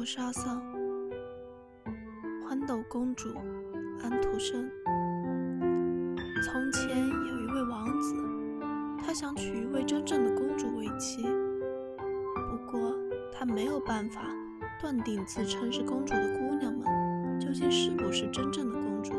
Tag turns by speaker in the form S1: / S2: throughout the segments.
S1: 是阿桑。豌豆公主安徒生。从前有一位王子，他想娶一位真正的公主为妻，不过他没有办法断定自称是公主的姑娘们究竟是不是真正的公主。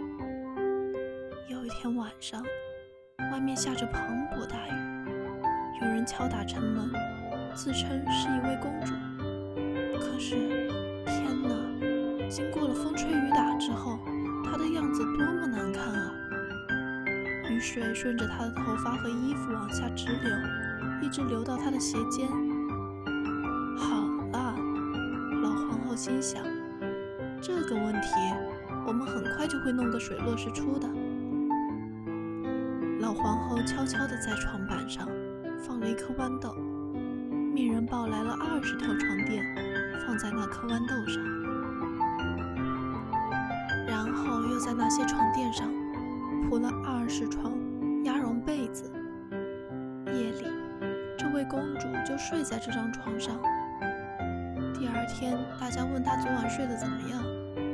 S1: 有一天晚上，外面下着磅礴大雨，有人敲打城门，自称是一位公主。可是天哪，经过了风吹雨打之后，她的样子多么难看啊！雨水顺着她的头发和衣服往下直流，一直流到她的鞋尖。好了，老皇后心想，这个问题我们很快就会弄个水落石出的。老皇后悄悄地在床板上放了一颗豌豆，命人抱来了20条床垫，放在那颗豌豆上，然后又在那些床垫上铺了20床鸭绒被子。夜里，这位公主就睡在这张床上。第二天，大家问她昨晚睡得怎么样？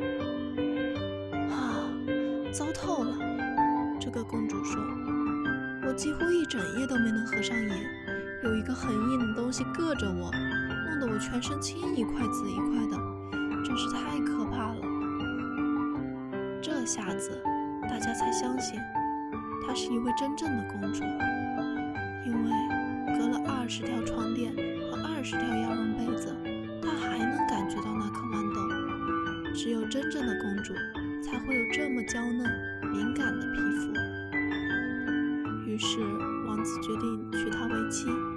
S1: 糟透了，这个公主说，我几乎一整夜都没能合上眼，有一个很硬的东西硌着我，弄得我全身青一块紫一块的，真是太可怕了。这下子大家才相信她是一位真正的公主，因为隔了20条床垫和20条鸭绒被子，她还能感觉到那颗豌豆。只有真正的公主才会有这么娇嫩敏感的皮肤。于是王子决定娶她为妻。